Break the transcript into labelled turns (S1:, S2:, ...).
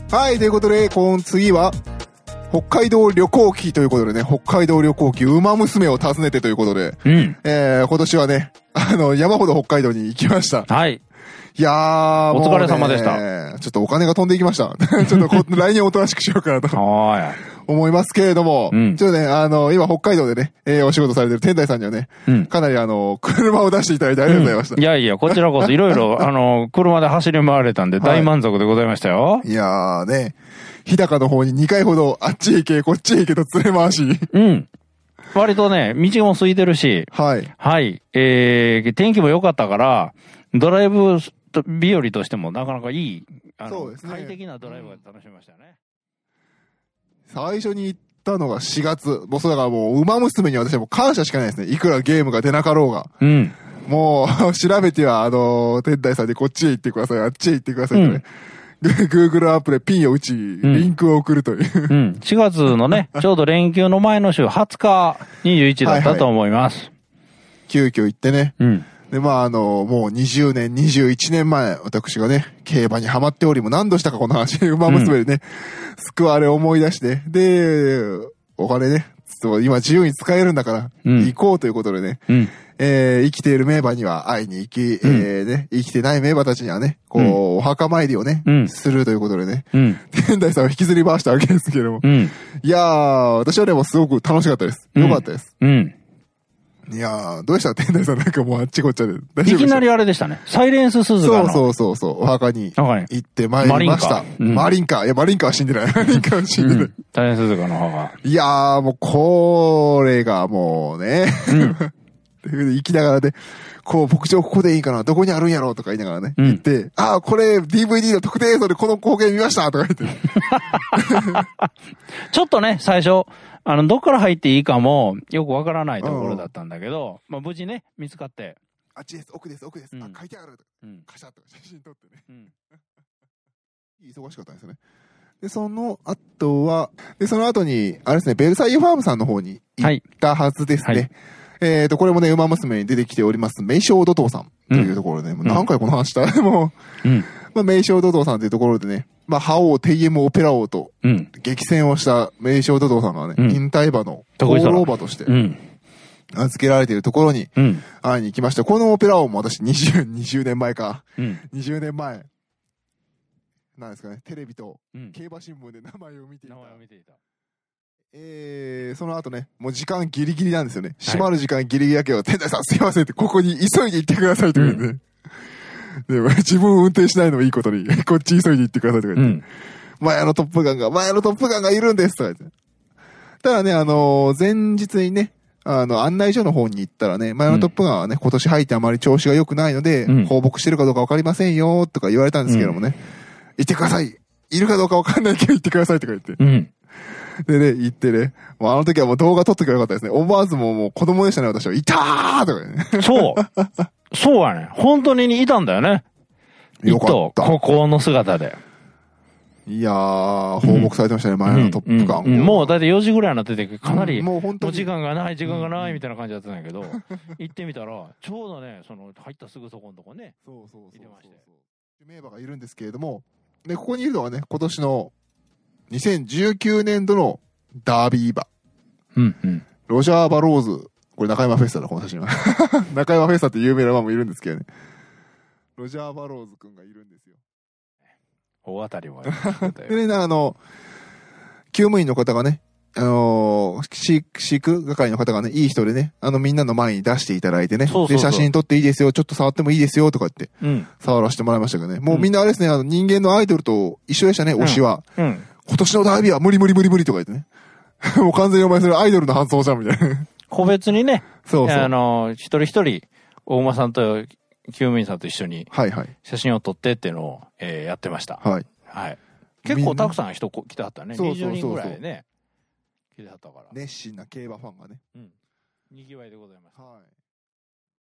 S1: はい、ということで、次は、北海道旅行記ということでね、北海道旅行記、馬娘を訪ねてということで、
S2: うん。
S1: 今年はね、山ほど北海道に行きました。
S2: はい。
S1: いやー、
S2: お疲れ様でした。
S1: ちょっとお金が飛んでいきました。ちょっと来年おとなしくしようかなと。
S2: はい。
S1: 思いますけれども、ちょっとね、今北海道でね、お仕事されてる天台さんにはね、かなり車を出していただいてありがとうございました。
S2: いやいや、こちらこそいろいろ、車で走り回れたんで大満足でございましたよ。
S1: いやーね、日高の方に2回ほど、あっちへ行け、こっちへ行けと連れ回し。
S2: うん。割とね、道も空いてるし、
S1: はい。
S2: はい。天気も良かったから、ドライブ日和としてもなかなかいい、
S1: そうですね、
S2: 快適なドライブが楽しめましたね。
S1: 最初に行ったのが4月。もうそうだからもう、馬娘には私はもう感謝しかないですね。いくらゲームが出なかろうが。
S2: うん。
S1: もう、調べては、天台さんでこっちへ行ってください、あっちへ行ってくださいとね。Google アップでピンを打ち、リンクを送るという。
S2: 4月のね、ちょうど連休の前の週20日、21だったと思います。はいはい、
S1: 急遽行ってね。で、もう20年、21年前、私がね、競馬にハマっておりも何度したかこの話、馬娘でね、救われ思い出して、で、お金ね、今自由に使えるんだから、行こうということでね、生きている名馬には会いに行き、ね、生きてない名馬たちにはね、お墓参りをね、するということでね、天台さんを引きずり回したわけですけれども、いやー、私はでもすごく楽しかったです。よかったです。いやー、どうした天台さんなんかもうあっちこっちで。
S2: いきなりあれでしたね。サイレンス鈴鹿の。
S1: そう。お墓に行ってまいりました。マリンカ。いや、マリンカは死んでない。マリンカは死んでない。
S2: サイレンス鈴鹿の墓。
S1: いやー、もうこれがもうね。っていう風に行きながらね、牧場ここでいいかな、どこにあるんやろうとか言いながらね、言って、これ DVD の特定映像でこの光景見ましたとか言って。
S2: ちょっとね、最初、どっから入っていいかもよくわからないところだったんだけど、まあ無事ね、見つかって。
S1: あっちです、奥です。書いてある。カシャッと写真撮ってね。忙しかったんですよね。で、その後に、あれですね、ベルサイユファームさんの方に行ったはずですね。これもね、馬娘に出てきております、名将怒涛さんというところで、何回この話したもう、名将怒涛さんというところでね、覇王、テイエムオペラ王と、激戦をした名将怒涛さんがね、引退馬の放浪馬として、預けられているところに、会いに行きました。このオペラ王も私20年前か。20年前。なんですかね、テレビと競馬新聞で名前を見ていた。その後ね、もう時間ギリギリなんですよね。閉まる時間ギリギリだけど、天台さんすいませんって、ここに急いで行ってくださいとか言って。で、自分運転しないのもいいことに、こっち急いで行ってくださいとか言って。前のトップガンがいるんですとか言って。ただね、前日にね、案内所の方に行ったらね、前のトップガンはね、今年入ってあまり調子が良くないので、放牧してるかどうかわかりませんよとか言われたんですけどもね、行ってください、いるかどうかわかんないけど行ってくださいとか言って。でね、行ってね、もうあの時はもう動画撮っとけばよかったですね。思わずもう子供でしたね、私は。いたーとかね。
S2: そうやね。本当にいたんだよね。
S1: よかった。
S2: 孤高の姿で。
S1: いやー、放牧されてましたね、前のトップガン。
S2: もうだいたい4時ぐらいになってて、かなり、もう時間がない、みたいな感じだったんだけど、行ってみたら、ちょうどね、入ったすぐそこのとこね、いてまして。
S1: 名馬がいるんですけれども、で、ここにいるのはね、今年の2019年度のダービー馬。ロジャー・バローズ。これ中山フェスタだ、この写真は。中山フェスタって有名な馬もいるんですけどね。ロジャー・バローズくんがいるんですよ。
S2: 大当たりも
S1: でね、厩務員の方がね、飼育係の方がね、いい人でね、みんなの前に出していただいてね。で、写真撮っていいですよ、ちょっと触ってもいいですよ、とか言って、触らせてもらいましたけどね。もうみんなあれですね、人間のアイドルと一緒でしたね、推しは。今年のダービーは無理とか言ってね。もう完全にお前それアイドルの発想じゃん、みたいな。
S2: 個別にね、一人一人、大馬さんと厩務員さんと一緒に、写真を撮ってっていうのを、やってました。結構たくさん人来てはったね。20人ぐらいね。来てはったから。
S1: 熱心な競馬ファンがね。
S2: にぎわいでございます。